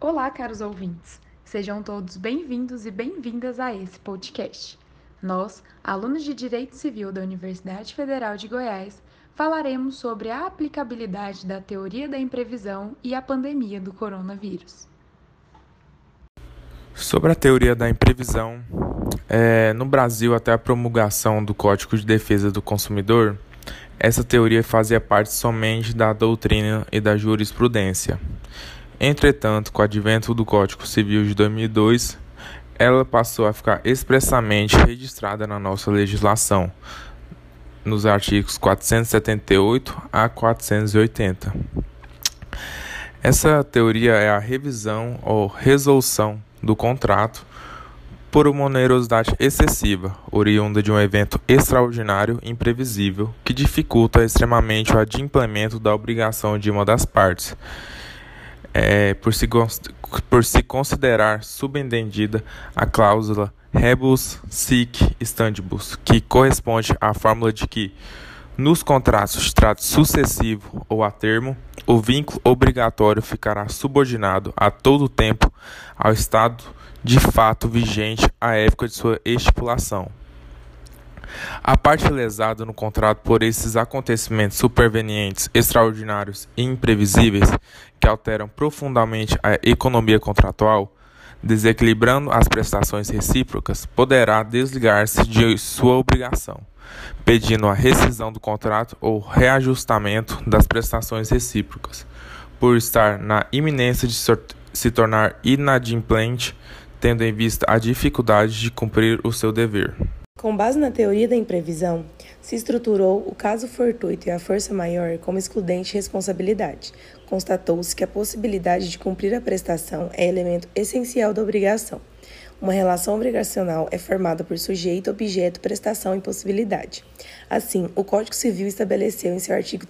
Olá, caros ouvintes! Sejam todos bem-vindos e bem-vindas a esse podcast. Nós, alunos de Direito Civil da Universidade Federal de Goiás, falaremos sobre a aplicabilidade da teoria da imprevisão e a pandemia do coronavírus. Sobre a teoria da imprevisão, no Brasil, até a promulgação do Código de Defesa do Consumidor, essa teoria fazia parte somente da doutrina e da jurisprudência. Entretanto, com o advento do Código Civil de 2002, ela passou a ficar expressamente registrada na nossa legislação, nos artigos 478 a 480. Essa teoria é a revisão ou resolução do contrato por uma onerosidade excessiva, oriunda de um evento extraordinário e imprevisível que dificulta extremamente o adimplemento da obrigação de uma das partes, por se considerar subentendida a cláusula rebus sic stantibus, que corresponde à fórmula de que, nos contratos de trato sucessivo ou a termo, o vínculo obrigatório ficará subordinado a todo tempo ao estado de fato vigente à época de sua estipulação. A parte lesada no contrato por esses acontecimentos supervenientes, extraordinários e imprevisíveis, que alteram profundamente a economia contratual, desequilibrando as prestações recíprocas, poderá desligar-se de sua obrigação, pedindo a rescisão do contrato ou reajustamento das prestações recíprocas, por estar na iminência de se tornar inadimplente, tendo em vista a dificuldade de cumprir o seu dever. Com base na teoria da imprevisão, se estruturou o caso fortuito e a força maior como excludente de responsabilidade. Constatou-se que a possibilidade de cumprir a prestação é elemento essencial da obrigação. Uma relação obrigacional é formada por sujeito, objeto, prestação e possibilidade. Assim, o Código Civil estabeleceu em seu artigo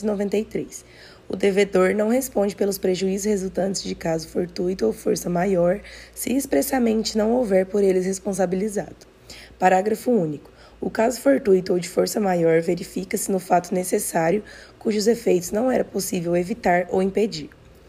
393: o devedor não responde pelos prejuízos resultantes de caso fortuito ou força maior, se expressamente não houver por eles responsabilizado. Parágrafo único. O caso fortuito ou de força maior verifica-se no fato necessário, cujos efeitos não era possível evitar ou impedir.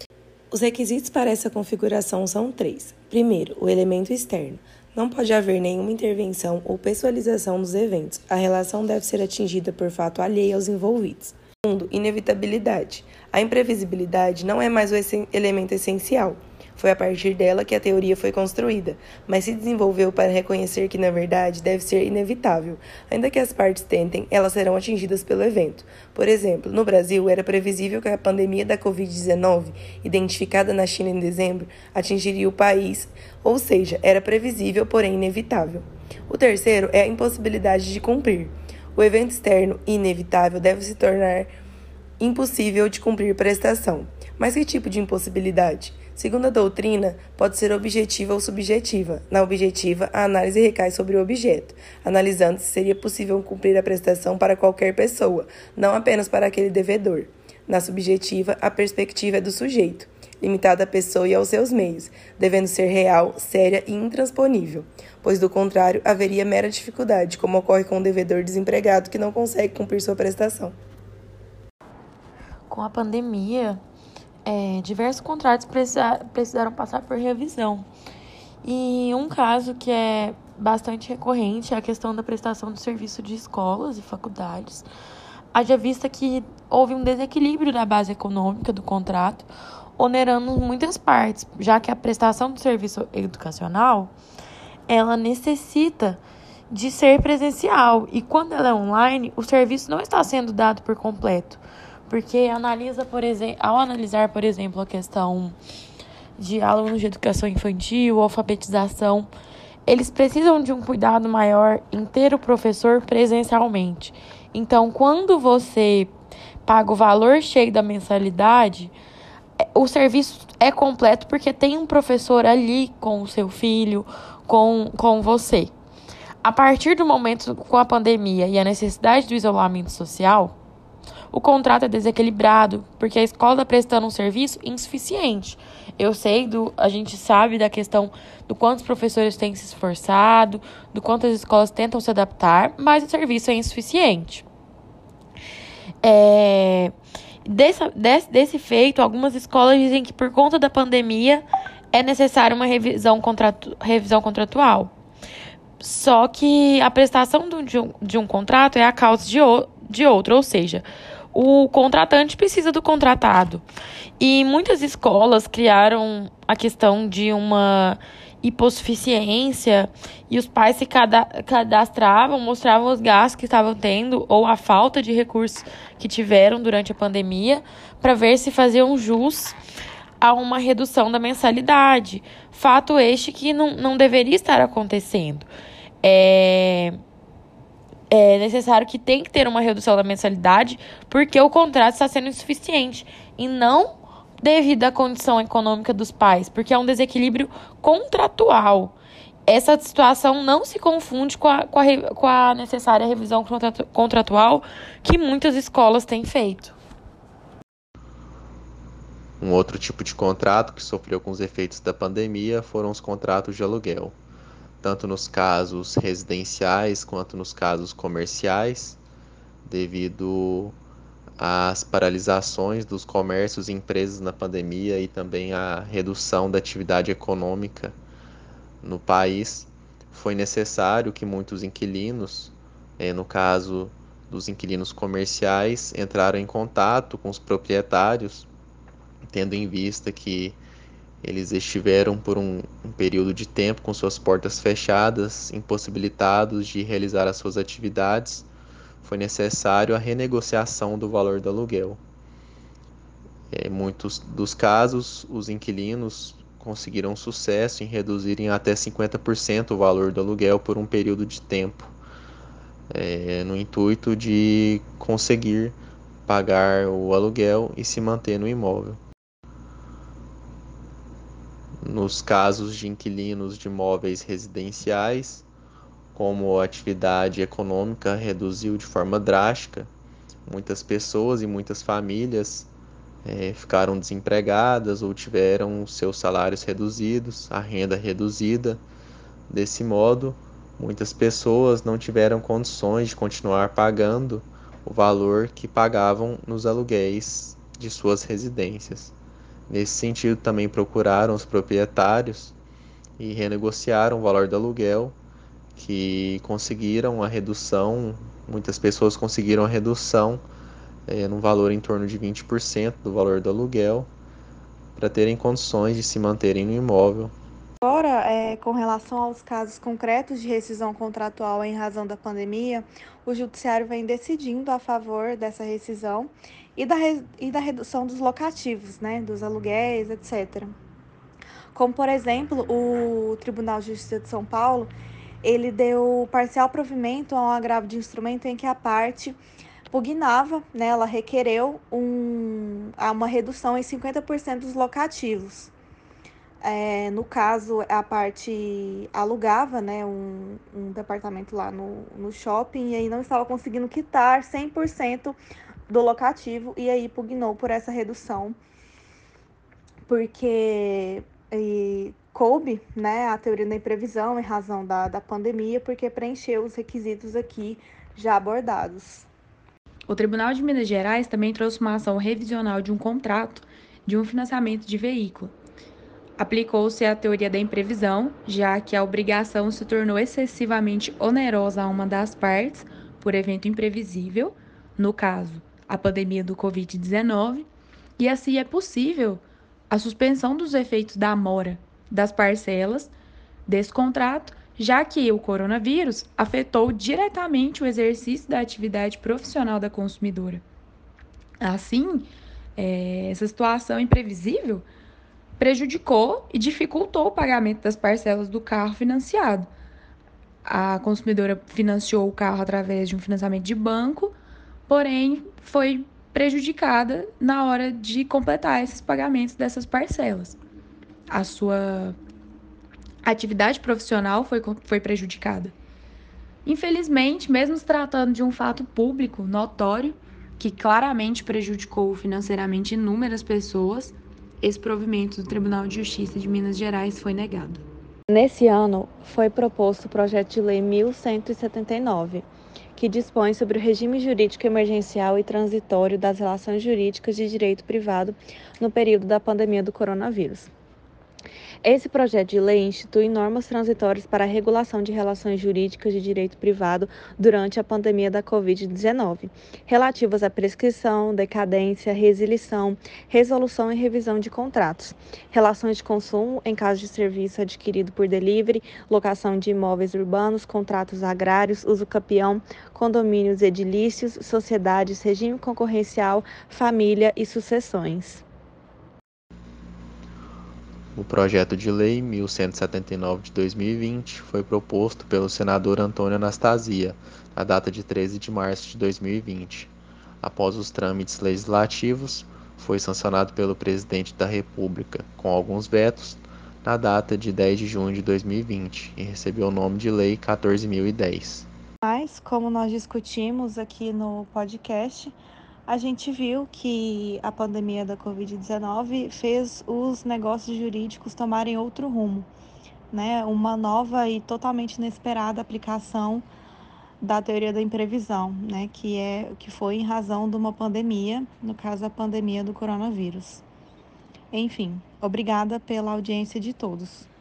Os requisitos para essa configuração são 3. Primeiro, o elemento externo. Não pode haver nenhuma intervenção ou pessoalização dos eventos. A relação deve ser atingida por fato alheio aos envolvidos. Segundo, inevitabilidade. A imprevisibilidade não é mais o elemento essencial. Foi a partir dela que a teoria foi construída, mas se desenvolveu para reconhecer que, na verdade, deve ser inevitável. Ainda que as partes tentem, elas serão atingidas pelo evento. Por exemplo, no Brasil, era previsível que a pandemia da Covid-19, identificada na China em dezembro, atingiria o país, ou seja, era previsível, porém inevitável. O terceiro é a impossibilidade de cumprir. O evento externo inevitável deve se tornar impossível de cumprir prestação. Mas que tipo de impossibilidade? Segundo a doutrina, pode ser objetiva ou subjetiva. Na objetiva, a análise recai sobre o objeto, analisando se seria possível cumprir a prestação para qualquer pessoa, não apenas para aquele devedor. Na subjetiva, a perspectiva é do sujeito, limitada à pessoa e aos seus meios, devendo ser real, séria e intransponível, pois do contrário haveria mera dificuldade, como ocorre com um devedor desempregado que não consegue cumprir sua prestação. Com a pandemia, diversos contratos precisaram passar por revisão. E um caso que é bastante recorrente é a questão da prestação do serviço de escolas e faculdades. Haja vista que houve um desequilíbrio da base econômica do contrato, onerando muitas partes, já que a prestação do serviço educacional, ela necessita de ser presencial. E quando ela é online, o serviço não está sendo dado por completo. Porque ao analisar, por exemplo, a questão de alunos de educação infantil, alfabetização, eles precisam de um cuidado maior em ter o professor presencialmente. Então, quando você paga o valor cheio da mensalidade, o serviço é completo porque tem um professor ali com o seu filho, com você. A partir do momento com a pandemia e a necessidade do isolamento social, o contrato é desequilibrado, porque a escola está prestando um serviço insuficiente. A gente sabe da questão do quanto os professores têm se esforçado, do quanto as escolas tentam se adaptar, mas o serviço é insuficiente. Desse feito, algumas escolas dizem que por conta da pandemia é necessária uma revisão contratual. Só que a prestação de um contrato é a causa de outro, ou seja, o contratante precisa do contratado. E muitas escolas criaram a questão de uma hipossuficiência e os pais se cadastravam, mostravam os gastos que estavam tendo ou a falta de recursos que tiveram durante a pandemia para ver se faziam jus a uma redução da mensalidade. Fato este que não deveria estar acontecendo. É necessário que tem que ter uma redução da mensalidade porque o contrato está sendo insuficiente e não devido à condição econômica dos pais, porque é um desequilíbrio contratual. Essa situação não se confunde com a necessária revisão contratual que muitas escolas têm feito. Um outro tipo de contrato que sofreu com os efeitos da pandemia foram os contratos de aluguel, tanto nos casos residenciais quanto nos casos comerciais, devido às paralisações dos comércios e empresas na pandemia e também à redução da atividade econômica no país. Foi necessário que muitos inquilinos, no caso dos inquilinos comerciais, entraram em contato com os proprietários, tendo em vista que eles estiveram por um período de tempo com suas portas fechadas, impossibilitados de realizar as suas atividades. Foi necessário a renegociação do valor do aluguel. Em muitos dos casos, os inquilinos conseguiram sucesso em reduzirem até 50% o valor do aluguel por um período de tempo, no intuito de conseguir pagar o aluguel e se manter no imóvel. Nos casos de inquilinos de imóveis residenciais, como a atividade econômica reduziu de forma drástica, muitas pessoas e muitas famílias ficaram desempregadas ou tiveram seus salários reduzidos, a renda reduzida. Desse modo, muitas pessoas não tiveram condições de continuar pagando o valor que pagavam nos aluguéis de suas residências. Nesse sentido, também procuraram os proprietários e renegociaram o valor do aluguel, que conseguiram a redução, muitas pessoas conseguiram a redução num valor em torno de 20% do valor do aluguel, para terem condições de se manterem no imóvel. Agora, com relação aos casos concretos de rescisão contratual em razão da pandemia, o Judiciário vem decidindo a favor dessa rescisão e da redução dos locativos, né, dos aluguéis, etc. Como, por exemplo, o Tribunal de Justiça de São Paulo, ele deu parcial provimento a um agravo de instrumento em que a parte pugnava, né, ela requereu uma redução em 50% dos locativos. No caso, a parte alugava, né, um departamento lá no shopping e aí não estava conseguindo quitar 100% do locativo e aí pugnou por essa redução, porque coube, né, a teoria da imprevisão em razão da pandemia, porque preencheu os requisitos aqui já abordados. O Tribunal de Minas Gerais também trouxe uma ação revisional de um contrato de um financiamento de veículo. Aplicou-se a teoria da imprevisão, já que a obrigação se tornou excessivamente onerosa a uma das partes por evento imprevisível, no caso, a pandemia do Covid-19, e assim é possível a suspensão dos efeitos da mora das parcelas desse contrato, já que o coronavírus afetou diretamente o exercício da atividade profissional da consumidora. Assim, essa situação imprevisível prejudicou e dificultou o pagamento das parcelas do carro financiado. A consumidora financiou o carro através de um financiamento de banco, porém foi prejudicada na hora de completar esses pagamentos dessas parcelas. A sua atividade profissional foi prejudicada. Infelizmente, mesmo se tratando de um fato público, notório, que claramente prejudicou financeiramente inúmeras pessoas, esse provimento do Tribunal de Justiça de Minas Gerais foi negado. Nesse ano, foi proposto o projeto de lei 1179, que dispõe sobre o regime jurídico emergencial e transitório das relações jurídicas de direito privado no período da pandemia do coronavírus. Esse projeto de lei institui normas transitórias para a regulação de relações jurídicas de direito privado durante a pandemia da Covid-19, relativas à prescrição, decadência, resilição, resolução e revisão de contratos, relações de consumo em caso de serviço adquirido por delivery, locação de imóveis urbanos, contratos agrários, uso capião, condomínios edilícios, sociedades, regime concorrencial, família e sucessões. O projeto de lei 1179 de 2020 foi proposto pelo senador Antônio Anastasia, na data de 13 de março de 2020. Após os trâmites legislativos, foi sancionado pelo presidente da República, com alguns vetos, na data de 10 de junho de 2020 e recebeu o nome de Lei 14.010. Mas, como nós discutimos aqui no podcast, a gente viu que a pandemia da Covid-19 fez os negócios jurídicos tomarem outro rumo, né? Uma nova e totalmente inesperada aplicação da teoria da imprevisão, né? Que foi em razão de uma pandemia, no caso a pandemia do coronavírus. Enfim, obrigada pela audiência de todos.